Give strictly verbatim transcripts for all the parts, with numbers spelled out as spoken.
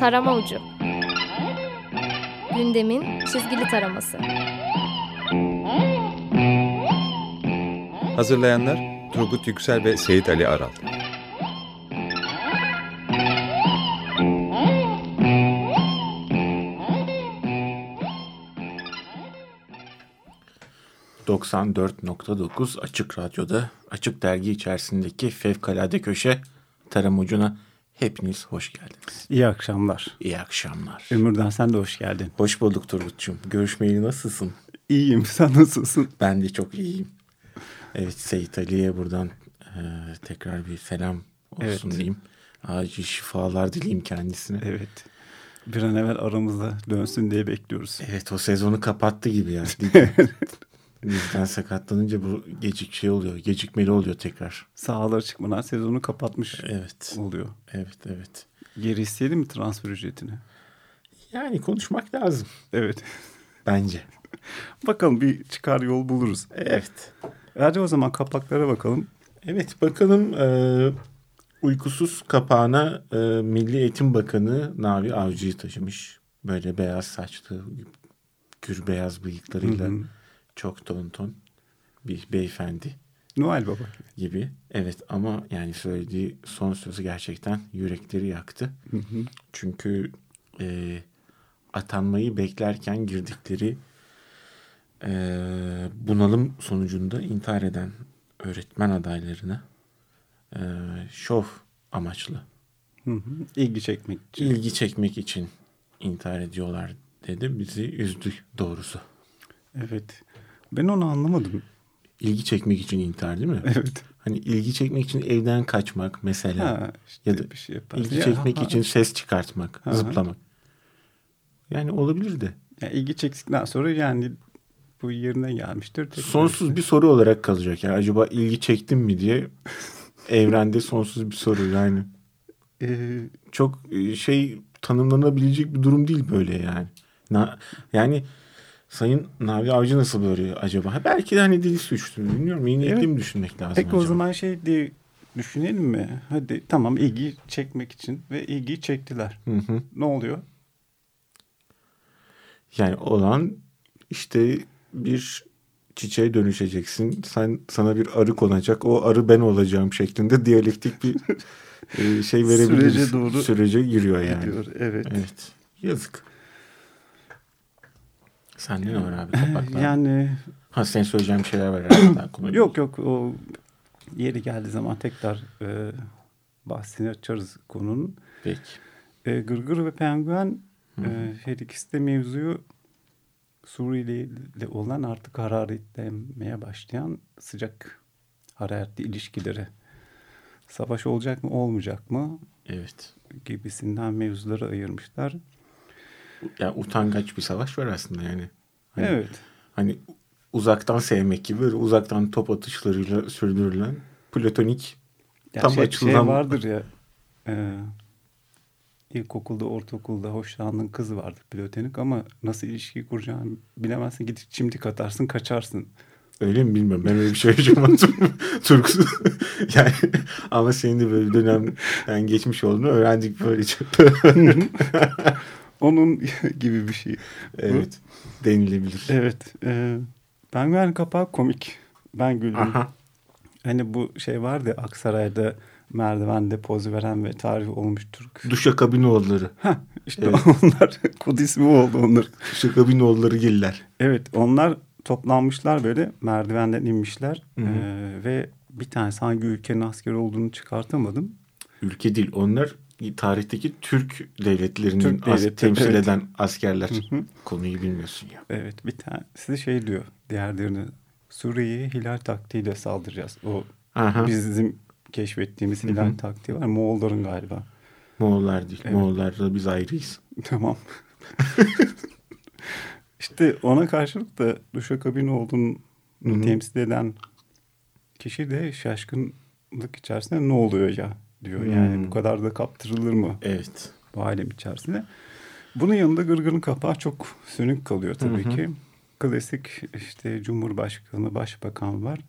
Tarama Ucu. Gündemin çizgili taraması. Hazırlayanlar Turgut Yüksel ve Seyit Ali Aral. doksan dört nokta dokuz Açık Radyo'da, Açık Dergi içerisindeki Fevkalade Köşe Tarama Ucu'na hepiniz hoş geldiniz. İyi akşamlar. İyi akşamlar. Ömürden sen de hoş geldin. Hoş bulduk Turgut'cum. Görüşmeyeli nasılsın? İyiyim. Sen nasılsın? Ben de çok iyiyim. Evet, Seyit Ali'ye buradan e, tekrar bir selam olsun evet. diyeyim. Acil şifalar dileyim kendisine. Evet. Bir an evvel aramızda dönsün diye bekliyoruz. Evet, o sezonu kapattı gibi yani. Bizden sakatlanınca bu gecik şey oluyor. Gecikmeli oluyor tekrar. Sahalara çıkmadan sezonu kapatmış evet. oluyor. Evet, evet. Geri isteyelim mi transfer ücretini? Yani konuşmak lazım. Evet. Bence. Bakalım bir çıkar yol buluruz. Evet. Hadi o zaman kapaklara bakalım. Evet, bakalım e, uykusuz kapağına e, Milli Eğitim Bakanı Navi Avcı'yı taşımış. Böyle beyaz saçlı, gür beyaz bıyıklarıyla. Hı hı. Çok ton ton bir beyefendi. Noel Baba gibi. Evet, ama yani söylediği son sözü gerçekten yürekleri yaktı. Hı hı. Çünkü e, atanmayı beklerken girdikleri e, bunalım sonucunda intihar eden öğretmen adaylarına e, şov amaçlı. Hı hı. İlgi çekmek için. İlgi çekmek için intihar ediyorlar dedi. Bizi üzdü doğrusu. Evet. Ben onu anlamadım. İlgi çekmek için intihar değil mi? Evet. Hani ilgi çekmek için evden kaçmak mesela. Ha, işte ya da bir şey ilgi ya, çekmek ha, için ha. ses çıkartmak, ha, zıplamak. Yani olabilir de. Ya ilgi çektikten sonra yani bu yerine gelmiştir. Sonsuz işte bir soru olarak kalacak. Yani acaba ilgi çektim mi diye evrende sonsuz bir soru yani. Ee, Çok şey tanımlanabilecek bir durum değil böyle yani. Na, yani Sayın Navi Avcı nasıl böyle acaba? Belki de hani dili suçtu. Bilmiyorum. İyi niyetli evet. mi düşünmek lazım Peki acaba? O zaman şey diye düşünelim mi? Hadi tamam, ilgi çekmek için ve ilgiyi çektiler. Hı hı. Ne oluyor? Yani olan işte bir çiçeğe dönüşeceksin. Sen sana bir arı konacak. O arı ben olacağım şeklinde diyalektik bir e, şey verebiliriz. Sürece doğru. Sürece giriyor yani. Gidiyor, evet. Evet. Yazık. Sende ne var abi kapaklar? Yani... Ha, senin söyleyeceğin şeyler var herhalde. yok yok o yeri geldiği zaman tekrar e, bahsini açarız konunun. Peki. E, Gırgır ve Penguen e, her ikisi de mevzuyu Suriye ile olan artık hararetlenmeye başlayan sıcak hararetli ilişkileri. Savaş olacak mı olmayacak mı? Evet. Gibisinden mevzuları ayırmışlar. Yani utangaç bir savaş var aslında yani. Hani, evet. Hani uzaktan sevmek gibi böyle uzaktan top atışlarıyla sürdürülen platonik ya tam şey, açılan... Şey vardır ya e, ilkokulda, ortaokulda hoşlandığın kız vardır platonik ama nasıl ilişki kuracağını bilemezsin. Gidip çimdik atarsın, kaçarsın. Öyle mi bilmiyorum. Ben öyle bir şey yaşamadım. Turgut. Yani ama senin de böyle bir dönemden geçmiş olduğunu öğrendik böylece. Onun gibi bir şey. Evet. Denilebilir. Evet. E, Penguen kapağı komik. Ben güldüm. Aha. Hani bu şey vardı ya, Aksaray'da merdivende poz veren ve tarih olmuş Türk. Duşakabinoğulları. Heh, işte evet. onlar kod ismi oldu onlar. Duşakabinoğulları giller. Evet, onlar toplanmışlar böyle, merdivenden inmişler hı hı. Ee, ve bir tanesi hangi ülkenin askeri olduğunu çıkartamadım. Ülke değil, onlar tarihteki Türk devletlerinin Türk devleti, as- temsil evet. eden askerler. Hı hı. Konuyu bilmiyorsun ya. Evet, bir tanesi şey diyor, diğerlerini Suriye'ye hilal taktiğiyle saldıracağız. O Aha. bizim keşfettiğimiz hilal hı hı. taktiği var. Moğolların galiba. Moğollar değil. Evet. Moğollarla biz ayrıyız. Tamam. İşte ona karşılık da Duşakabinoğlu'nu Hı-hı. temsil eden kişi de şaşkınlık içerisinde ne oluyor ya diyor. Hı-hı. Yani bu kadar da kaptırılır mı? Evet. Bu alem içerisinde. Bunun yanında Gırgır'ın kapağı çok sönük kalıyor tabii Hı-hı. ki. Klasik işte Cumhurbaşkanı, Başbakan var.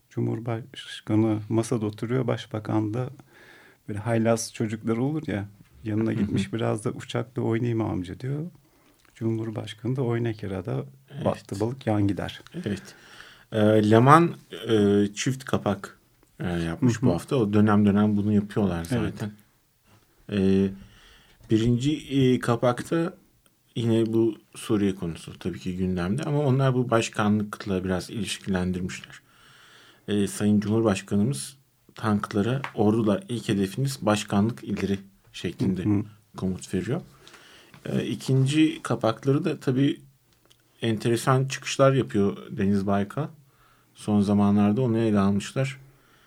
Cumhurbaşkanı masada oturuyor. Başbakan da böyle haylaz çocuklar olur ya. Yanına gitmiş biraz da uçakta oynayayım amca diyor. Cumhurbaşkanı da oyna kirada battı balık yan gider. Evet. E, Leman e, çift kapak e, yapmış bu hafta. O dönem dönem bunu yapıyorlar zaten. Evet. E, birinci e, kapakta yine bu Suriye konusu tabii ki gündemde ama onlar bu başkanlıkla biraz ilişkilendirmişler. E, Sayın Cumhurbaşkanımız tanklara ordular ilk hedefiniz başkanlık illeri şeklinde hı hı. komut veriyor. E, ikinci kapakları da tabii enteresan çıkışlar yapıyor Deniz Baykal. Son zamanlarda onu ele almışlar.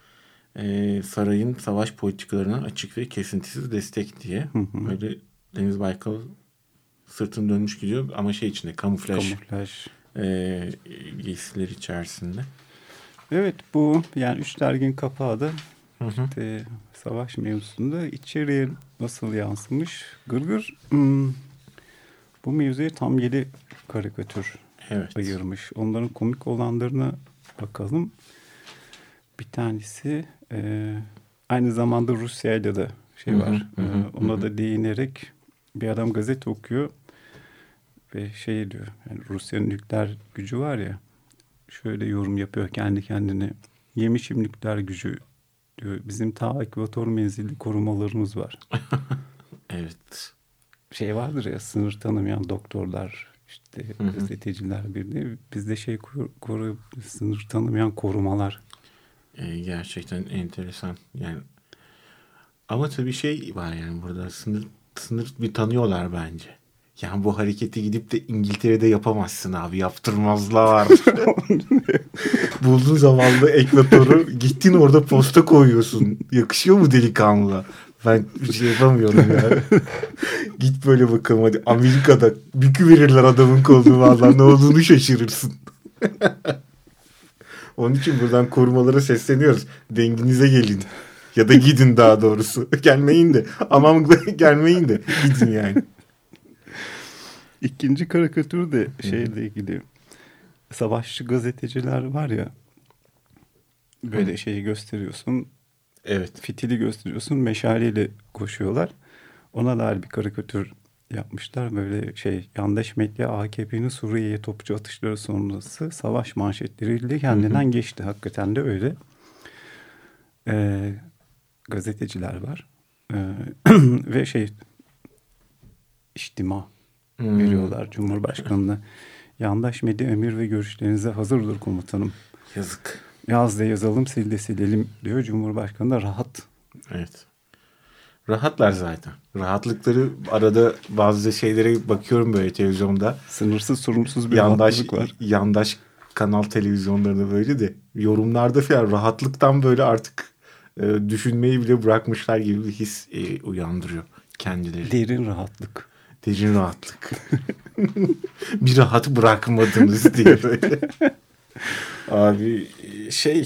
E, sarayın savaş politikalarına açık ve kesintisiz destek diye. Hı hı. Böyle Deniz Baykal sırtını dönmüş gidiyor ama şey içinde kamuflaj, kamuflaj. E, giysiler içerisinde. Evet bu yani üç dergin kapağı da hı hı. işte savaş mevzusunda içeriye nasıl yansımış? Gırgır hmm, bu mevzuya tam yedi karikatür evet. ayırmış. Onların komik olanlarına bakalım. Bir tanesi e, aynı zamanda Rusya'yla da şey var. Hı hı, hı hı, e, ona hı. da değinerek bir adam gazete okuyor ve şey diyor. Yani Rusya'nın nükleer gücü var ya. Şöyle yorum yapıyor kendi kendine. Yemişim nükleer gücü diyor. Bizim ta ekvator menzilli korumalarımız var. Evet. Şey vardır ya sınır tanımayan doktorlar, işte hı hı. gazeteciler birliği. Bizde şey koru, koru, sınır tanımayan korumalar. Ee, gerçekten enteresan. Yani ama tabii şey var yani burada sınır sınır bir tanıyorlar bence. Yani bu hareketi gidip de İngiltere'de yapamazsın abi. Yaptırmazlar. Buldun zavallı ekvatoru. Gittin orada posta koyuyorsun. Yakışıyor mu delikanlı? Ben bir şey yapamıyorum ya. Git böyle bakalım hadi. Amerika'da bükü verirler adamın kolunu vallahi. Ne olduğunu şaşırırsın. Onun için buradan korumalara sesleniyoruz. Denginize gelin. Ya da gidin daha doğrusu. Gelmeyin de. Aman gelmeyin de. Gidin yani. İkinci karikatür de şeyle ilgili. Savaşçı gazeteciler var ya. Böyle şeyi gösteriyorsun. Evet. Fitili gösteriyorsun. Meşaleyle koşuyorlar. Ona dair bir karikatür yapmışlar. Böyle şey yandaş medya A K P'nin Suriye'ye topçu atışları sonrası savaş manşetleriyle kendinden hı hı. geçti. Hakikaten de öyle. Ee, gazeteciler var. Ee, ve şey içtima hmm. veriyorlar Cumhurbaşkanı'na. Yandaş medya emir ve görüşlerinize hazırdır komutanım. Yazık. Yaz da yazalım, sil de silelim diyor. Cumhurbaşkanı da rahat. Evet. Rahatlar zaten. Rahatlıkları arada bazı şeylere bakıyorum böyle televizyonda. Sınırsız sorumsuz bir yandaş, rahatlık var. Yandaş kanal televizyonlarında böyle de yorumlarda falan rahatlıktan böyle artık e, düşünmeyi bile bırakmışlar gibi bir his e, uyandırıyor kendileri. Derin rahatlık. Derin rahatlık. Bir rahat bırakmadınız diye böyle. Abi şey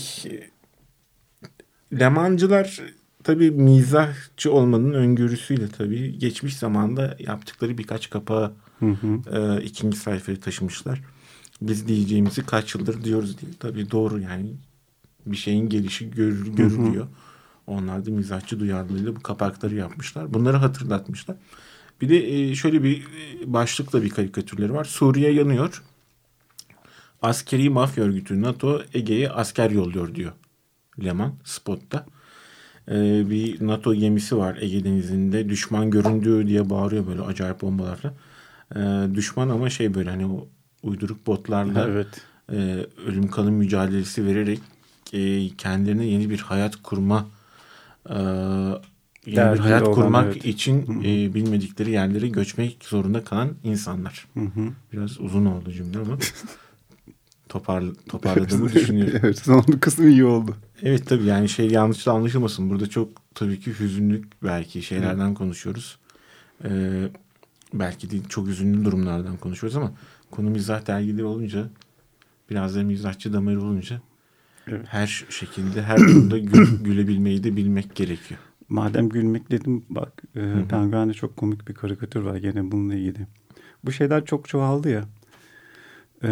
Lemancılar tabii mizahçı olmanın öngörüsüyle tabii geçmiş zamanda yaptıkları birkaç kapağı hı hı. E, ikinci sayfaya taşımışlar. Biz diyeceğimizi kaç yıldır diyoruz diye. Tabii doğru yani bir şeyin gelişi gör, görülüyor. Hı hı. Onlar da mizahçı duyarlılığıyla bu kapakları yapmışlar. Bunları hatırlatmışlar. Bir de şöyle bir başlıkla bir karikatürleri var. Suriye yanıyor. Askeri mafya örgütü NATO Ege'ye asker yolluyor diyor Leman spotta. Ee, bir NATO gemisi var Ege Denizi'nde. Düşman göründü diye bağırıyor böyle acayip bombalarla. Ee, düşman ama şey böyle hani o uyduruk botlarla evet. e, ölüm kalım mücadelesi vererek e, kendilerine yeni bir hayat kurma e, yeni Derdi bir hayat olan, kurmak evet. için e, bilmedikleri yerlere göçmek zorunda kalan insanlar. Hı hı. Biraz uzun oldu cümle ama topar, toparladığımı düşünüyorum. Evet, son kısmı iyi oldu. Evet tabii yani şey yanlış anlaşılmasın. Burada çok tabii ki hüzünlü belki şeylerden hı. konuşuyoruz. Ee, belki de çok hüzünlü durumlardan konuşuyoruz ama konu mizah dergileri olunca biraz da mizahçı damarı olunca evet. her şekilde her durumda gül, gülebilmeyi de bilmek gerekiyor. Madem gülmek dedim bak e, Penguen'de çok komik bir karikatür var gene bununla ilgili. Bu şeyler çok çoğaldı ya. E,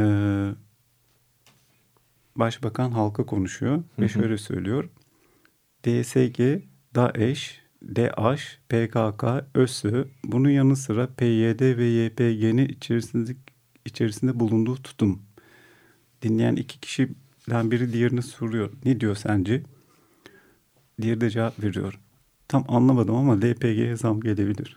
Başbakan halka konuşuyor hı hı. ve şöyle söylüyor. D S G, DAEŞ, DAEŞ, P K K, ÖSÖ, bunun yanı sıra P Y D ve Y P G'nin içerisinde, içerisinde bulunduğu tutum. Dinleyen iki kişiden biri diğerini soruyor. Ne diyor sence? Diğeri de cevap veriyor. Tam anlamadım ama L P G'ye zam gelebilir.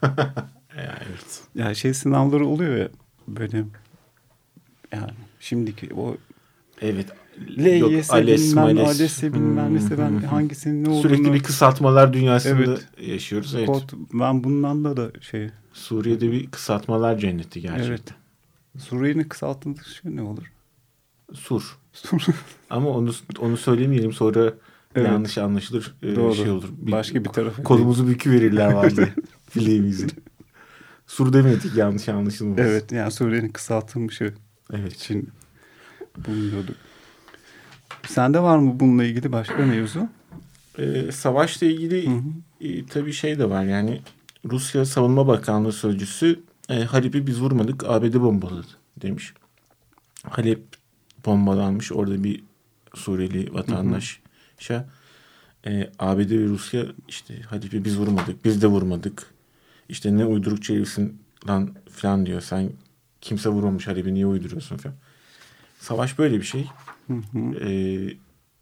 Evet. Ya şey sınavları oluyor ya böyle, yani şimdiki o Evet. L Y S ALES, bilmem, MALES. ALES bilmem neyse ben hangisinin ne olduğunu... Sürekli bir kısaltmalar dünyasında Evet. yaşıyoruz. Evet. Kod, ben bundan da da şey... Suriye'de bir kısaltmalar cenneti gerçekten. Evet. Suriye'nin kısaltıldığı ne olur? Sur. Sur. Ama onu onu söylemeyelim, sonra Evet. yanlış anlaşılır. Ee, Doğru. Şey olur. Bir, Başka bir tarafa. kolumuzu bükü verirler vallahi. Bileğimizi. Sur demedik, yanlış anlaşılmasın. Evet, yani Suriye'nin kısaltılmışı Evet. için bulunuyorduk. Sende var mı bununla ilgili başka mevzu? Ee, savaşla ilgili Hı hı. e, tabii şey de var yani, Rusya Savunma Bakanlığı Sözcüsü e, Halep'i biz vurmadık, A B D bombaladı demiş. Halep bombalanmış, orada bir Suriyeli vatandaşa e, A B D ve Rusya işte Halep'i biz vurmadık, biz de vurmadık. İşte ne uydurukça herifsin lan falan diyor. Sen, kimse vurmamış Halep'i, niye uyduruyorsun falan. Savaş böyle bir şey. Hı hı. Ee,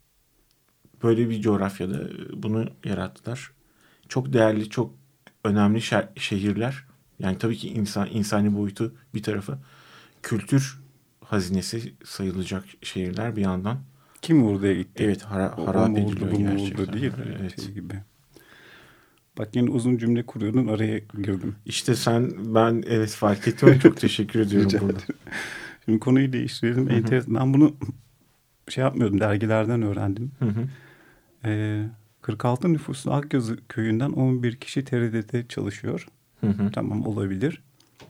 böyle bir coğrafyada bunu yarattılar. Çok değerli, çok önemli şer- şehirler. Yani tabii ki insan insani boyutu bir tarafa, kültür hazinesi sayılacak şehirler bir yandan. Kim oraya gitti? Evet, hara- O- o harap mu vurdu, ediliyor bu mu gerçekten. vurdu değil, Evet. şey gibi. Bak yine uzun cümle kuruyordun, araya girdim. İşte sen, ben evet fark ettim. Çok teşekkür ediyorum Rica burada. Şimdi konuyu değiştirelim. Enteresan. Ben bunu şey yapmıyordum, dergilerden öğrendim. Hı hı. Ee, kırk altı nüfuslu Akgözü köyünden on bir kişi T R T'de çalışıyor. Hı hı. Tamam, olabilir.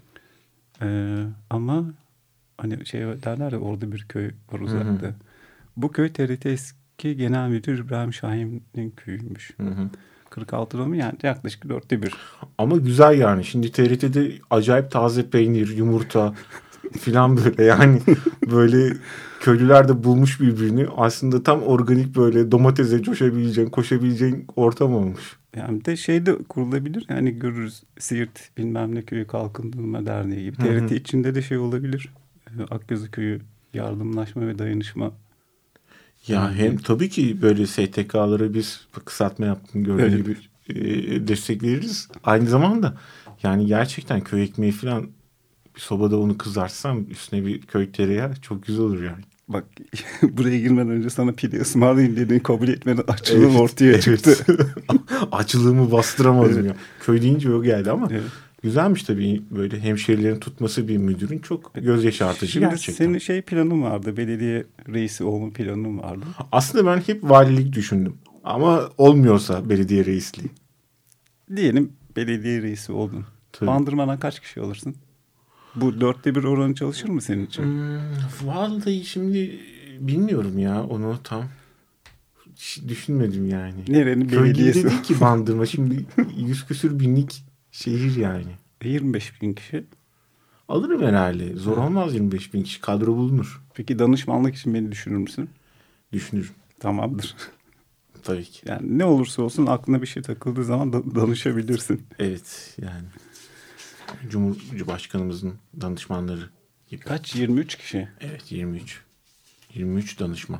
Ee, ama hani şey derler ya, orada bir köy var uzakta. Hı hı. Bu köy T R T eski genel müdür İbrahim Şahin'in köyüymüş. Hı hı. kırk altıda mı, yani yaklaşık dörtte bir. Ama güzel yani. Şimdi T R T'de acayip taze peynir, yumurta filan böyle yani, böyle köylüler de bulmuş birbirini. Aslında tam organik, böyle domatese coşabileceğin, koşabileceğin ortam olmuş. Yani bir de şey de kurulabilir. Yani görürüz, Siirt bilmem ne köyü kalkındırma derneği gibi. Hı hı. T R T içinde de şey olabilir. Ee, Akgözü köyü yardımlaşma ve dayanışma. Ya hem tabii ki böyle S T K'lara biz kısaltma yaptığını gördüğü Evet. gibi e, destek veririz. Aynı zamanda yani gerçekten köy ekmeği falan, bir sobada onu kızartsam üstüne bir köy tereyağı, çok güzel olur yani. Bak buraya girmeden önce sana pide ısmarlayayım dediğini kabul etmeden açılım Evet, ortaya evet. çıktı. Açlığımı bastıramadım Evet. ya. Köy deyince o geldi ama Evet. güzelmiş tabii, böyle hemşehrilerin tutması bir müdürün çok göz yaşartıcı Şimdi gerçekten. senin şey planın vardı. Belediye reisi olma planın vardı. Aslında ben hep valilik düşündüm. Ama olmuyorsa belediye reisliği. Diyelim belediye reisi oldun. Tabii. Bandırmadan kaç kişi alırsın? Bu dörtte bir oranı çalışır mı senin için? Hmm, vallahi şimdi bilmiyorum ya, onu tam hiç düşünmedim yani. Nerenin Köy gibi belediyesi? değil ki Bandırma. Şimdi yüz küsür binlik şehir yani. yirmi beş bin kişi. Alırım herhalde. Zor olmaz yirmi beş bin kişi. Kadro bulunur. Peki danışmanlık için beni düşünür müsün? Düşünürüm. Tamamdır. Tabii ki. Yani ne olursa olsun aklına bir şey takıldığı zaman da danışabilirsin. Evet yani. Cumhurbaşkanımızın danışmanları gibi. Kaç? yirmi üç kişi. Evet, yirmi üç. yirmi üç danışman.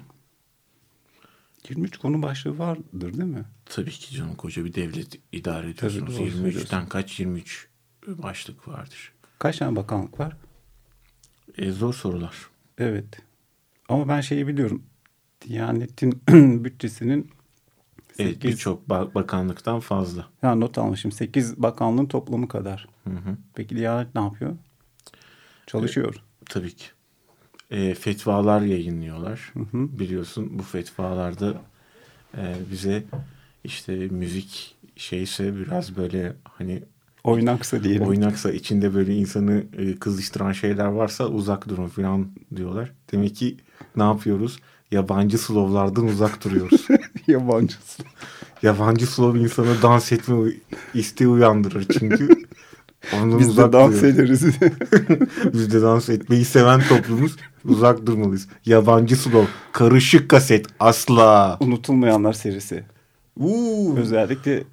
yirmi üç konu başlığı vardır değil mi? Tabii ki canım, koca bir devlet idare ediyorsunuz. doğru yirmi üçten söylüyorsun. kaç yirmi üç başlık vardır. Kaç tane bakanlık var? E, zor sorular. Evet. Ama ben şeyi biliyorum. Diyanet'in bütçesinin Evet, sekiz, birçok ba- bakanlıktan fazla. ya not almışım. sekiz bakanlığın toplamı kadar. Hı hı. Peki Diyanet ne yapıyor? Çalışıyor. Tabii ki. E, fetvalar yayınlıyorlar. Hı hı. Biliyorsun bu fetvalarda e, bize işte müzik şeyse biraz böyle hani Oynaksa diyelim. oynaksa, içinde böyle insanı e, kızıştıran şeyler varsa uzak durun falan diyorlar. Demek ki ne yapıyoruz? Yabancı slowlardan uzak duruyoruz. Yabancısı. Yabancı slow insana dans etme isteği uyandırır çünkü. Ondan Biz de uzak dans duruyoruz. ederiz. Biz de dans etmeyi seven toplumuz, uzak durmalıyız. Yabancı slow, karışık kaset asla. Unutulmayanlar serisi. Uuu. Özellikle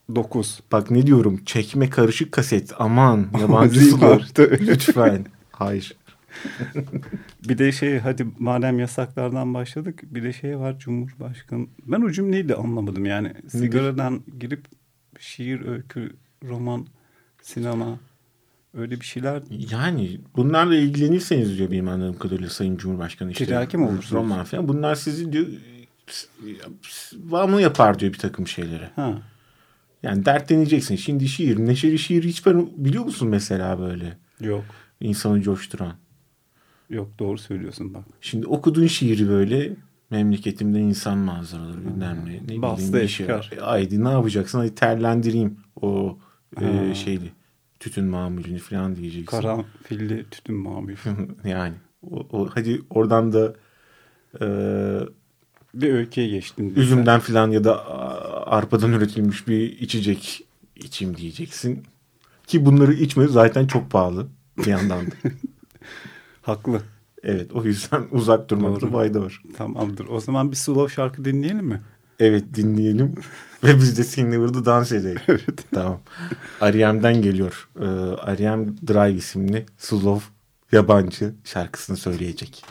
dokuz. Bak ne diyorum, çekme karışık kaset, aman yabancı Değil sular mi? lütfen. Hayır. Bir de şey, hadi madem yasaklardan başladık, bir de şey var, Cumhurbaşkanı. Ben o cümleyi de anlamadım yani. Sigaradan girip şiir, öykü, roman, sinema, öyle bir şeyler. Yani bunlarla ilgilenirseniz diyor benim anladığım kadarıyla Sayın Cumhurbaşkanı işte. Tiraki mi olursunuz? Roman falan. Bunlar sizi diyor bağımlı yapar diyor bir takım şeylere. Ha. Yani dertleneceksin. Şimdi şiir, neşeli şiir hiç ben biliyor musun mesela böyle? Yok. İnsanı coşturan. Yok, doğru söylüyorsun bak. Şimdi okuduğun şiiri böyle, memleketimde insan manzaraları bilmem ne. Ne Bastı bileyim, işi- efkar. Haydi ne yapacaksın? Hadi terlendireyim o Ha. e, şeyli tütün mamulünü falan diyeceksin. Karanfilli tütün mamul. Yani o, o, hadi oradan da e, Bir öyküye geçtin. üzümden falan ya da a, arpadan üretilmiş bir içecek içeyim diyeceksin. Ki bunları içme zaten çok pahalı bir yandan da. Haklı. Evet, o yüzden uzak durmakta Doğru. fayda var. Tamamdır. O zaman bir slow şarkı dinleyelim mi? Evet, dinleyelim ve biz de seninle burada dans edelim. Evet. Tamam. R E M'den geliyor. Ee, R E M Drive isimli slow yabancı şarkısını söyleyecek.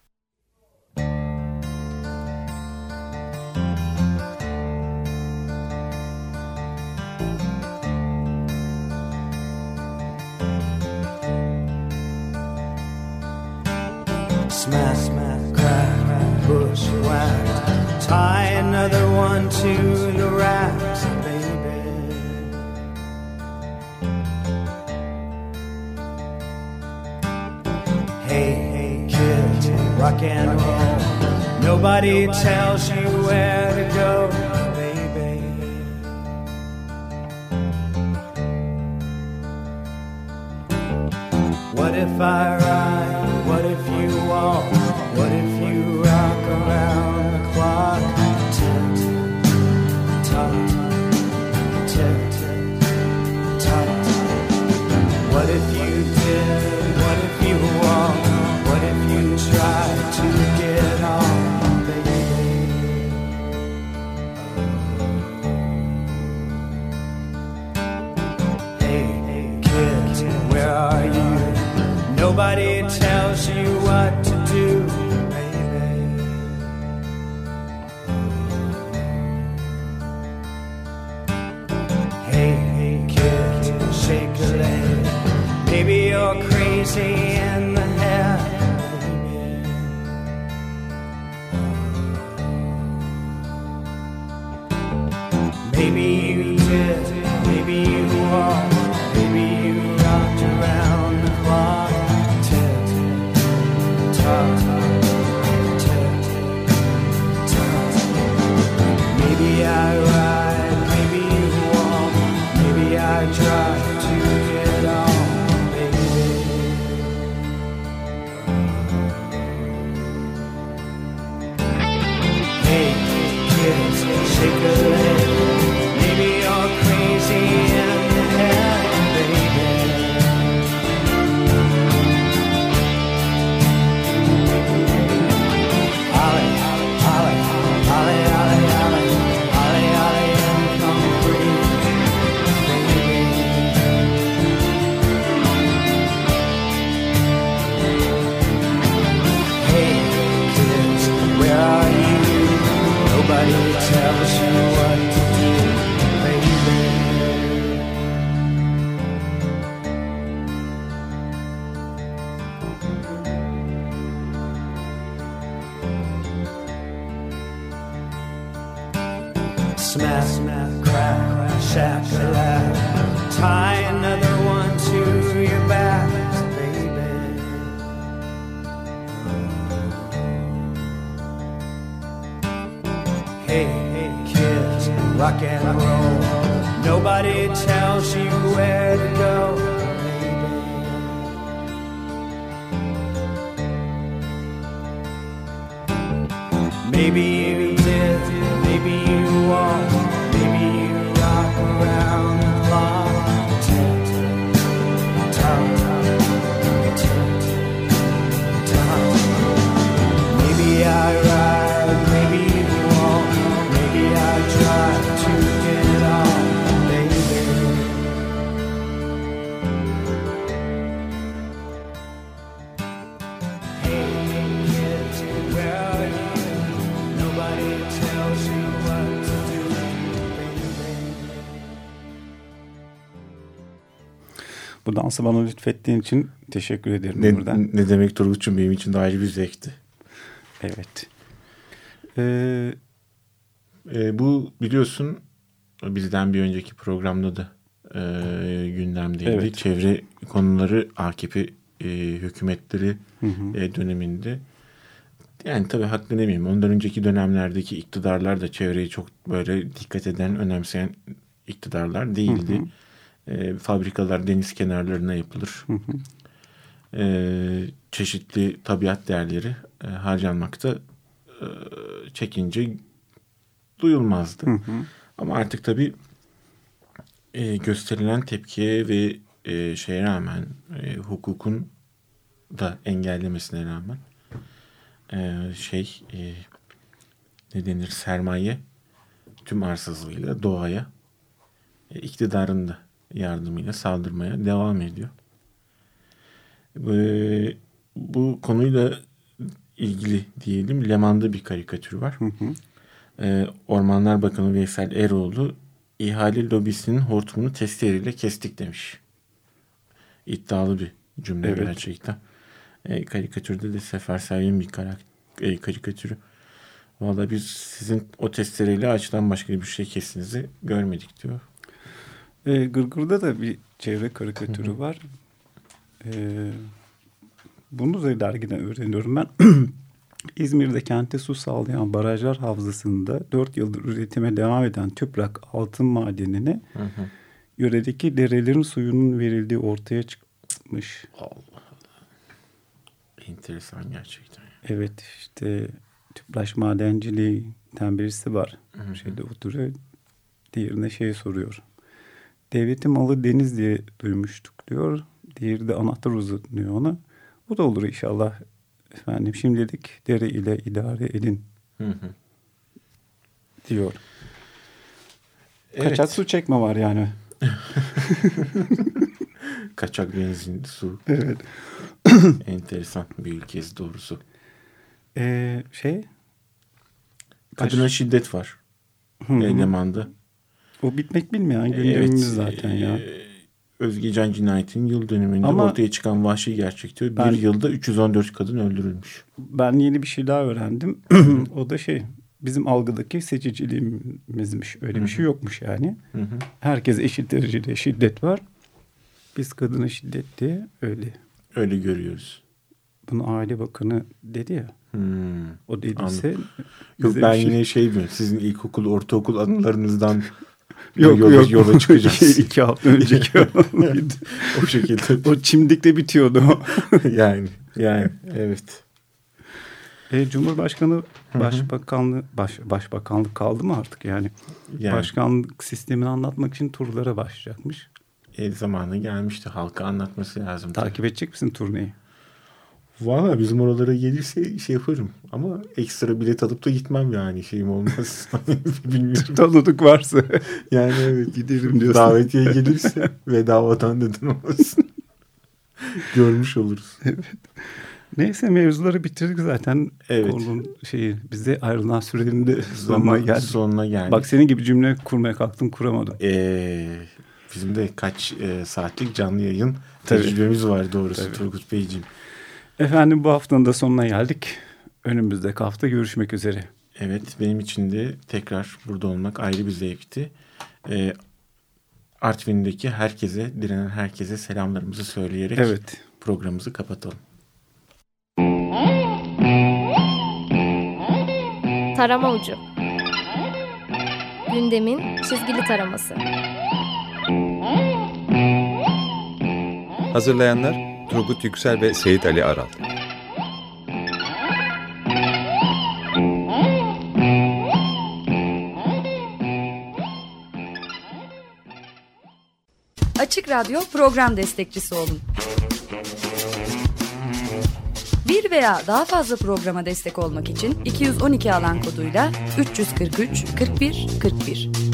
Smash, smash, crack, bush whack. Tie another one to the racks, baby. Hey, hey, kid, rock and roll. Nobody tells you where to go, baby. What if I ride? What if you walk? What if you rock around the clock? Tick, tock, tick, tock. What if you did? What if you walk? What if you try to get on, baby? Hey, kid, where are you? Nobody tells you what to do, baby. Hey, hey, kid, shake a leg. Maybe you're crazy in the head, baby. Maybe you did, maybe you walked, maybe you rocked around the clock. Maybe I ride, maybe you walk, maybe I try to get on, baby. Hey, kids, shake a leg. Maybe you're crazy in the head, baby. Holly, Holly, Holly, Holly, Holly, Holly, Holly, and come free, baby. Hey, kids, where are you? Nobody tells you what to do, baby. Smash, smash, crack, shack-a-lack. Tie another one to your back, baby. Hey, hey, kids, rock and roll. Nobody tells you where to go, baby. Maybe you did, maybe you won't, maybe you rock around the clock. Tick, tock, tick, tock. Maybe I ride, maybe you won't, maybe I try to get on, Bu dansı bana lütfettiğin için teşekkür ederim Ne, buradan. ne demek Turgut'cum, benim için de ayrı bir zevkti. Evet. Ee, E, bu biliyorsun bizden bir önceki programda da e, gündemdeydi. Evet. Çevre konuları A K P e, hükümetleri hı hı. e, döneminde. Yani tabii haklı demeyeyim. Ondan önceki dönemlerdeki iktidarlar da çevreye çok böyle dikkat eden, önemseyen iktidarlar değildi. Hı hı. E, fabrikalar deniz kenarlarına yapılır. Hı hı. E, çeşitli tabiat değerleri e, harcanmakta e, çekince duyulmazdı. Hı hı. Ama artık tabii e, gösterilen tepkiye ve e, şeye rağmen e, hukukun da engellemesine rağmen e, şey e, ne denir, sermaye tüm arsızlığıyla doğaya e, iktidarın da yardımıyla saldırmaya devam ediyor. E, bu konuyla ilgili diyelim Leman'da bir karikatür var. Hı hı. E, Ormanlar Bakanı Veysel Eroğlu ihale lobisinin hortumunu testereyle kestik demiş. İddialı bir cümle Evet. gerçekten. E, karikatürde de Sefer Seryen'in bir karak- e, karikatürü. Vallahi biz sizin o testereyle ağaçtan başka bir şey kestiğinizi görmedik diyor. Ee, Gırgır'da da bir çevre karikatürü Hı hı. var. Ee, bunu da dergiden öğreniyorum ben. İzmir'de kente su sağlayan barajlar havzasında dört yıldır üretime devam eden tüprak altın madenine Hı hı. yöredeki derelerin suyunun verildiği ortaya çıkmış. Allah Allah. Enteresan gerçekten. Evet, işte tüpraş madenciliğinden birisi var. Hı hı. Şeyde oturuyor. Diğerine şey soruyor. Devletin malı deniz diye duymuştuk diyor. Diğeri de anahtar uzatıyor ona. Bu da olur inşallah. Efendim şimdilik dere ile idare edin Hı hı. diyor. Evet. Kaçak su çekme var yani. Kaçak benzin, su. Evet. Enteresan bir ülkeyiz doğrusu. Ee, şey. Kadına şiddet var. Hı hı. Leman'da. O bitmek bilmeyen gündemimiz Evet, zaten ya. e, Özgecan cinayetinin yıl dönümünde Ama ortaya çıkan vahşi gerçekte ben- bir yılda üç yüz on dört kadın öldürülmüş. Ben yeni bir şey daha öğrendim. O da şey, bizim algıdaki seçiciliğimizmiş. Öyle Hı bir hı. şey yokmuş yani. Hı hı. Herkes eşit derecede şiddet var. Biz kadına şiddet diye öyle. Öyle görüyoruz. Bunu Aile Bakanı dedi ya. Hmm. O dediyse Anladım. Yok bize ben bir şey- yine şey mi? Sizin ilkokul, ortaokul anılarınızdan Yok, yola, yok. yola çıkacağız. iki hafta önceki O şekilde. o çimdikte bitiyordu o. yani yani evet. E, Cumhurbaşkanı Hı hı. Başbakanlığı baş, Başbakanlık kaldı mı artık yani? Yani Başkanlık sistemini anlatmak için turlara başlayacakmış. e, zamanı gelmişti. Halka anlatması lazım. Takip edecek misin turneyi? Valla bizim oralara gelirse şey yaparım. Ama ekstra bilet alıp da gitmem yani. Şeyim olmaz. Bilmiyorum. Tanıdık varsa Yani evet. giderim diyorsun. Davetiye gelirse bedavadan neden olmasın. Görmüş oluruz. Neyse mevzuları bitirdik zaten. Evet. Konunun şeyi, bize ayrılan sürenin de sonuna Zaman geldik. sonuna geldik. Bak senin gibi cümle kurmaya kalktım kuramadım. Ee, bizim de kaç e, saatlik canlı yayın Tabii. tecrübemiz var doğrusu Tabii. Turgut Beyciğim. Efendim bu haftanın da sonuna geldik. Önümüzdeki hafta görüşmek üzere. Evet, benim için de tekrar burada olmak ayrı bir zevkti. Ee, Artvin'deki herkese, direnen herkese selamlarımızı söyleyerek Evet. programımızı kapatalım. Tarama Ucu. Gündemin çizgili taraması. Hazırlayanlar Turgut Yüksel ve Seyit Ali Aral. Açık Radyo program destekçisi olun. Bir veya daha fazla programa destek olmak için iki yüz on iki alan koduyla üç yüz kırk üç kırk bir kırk bir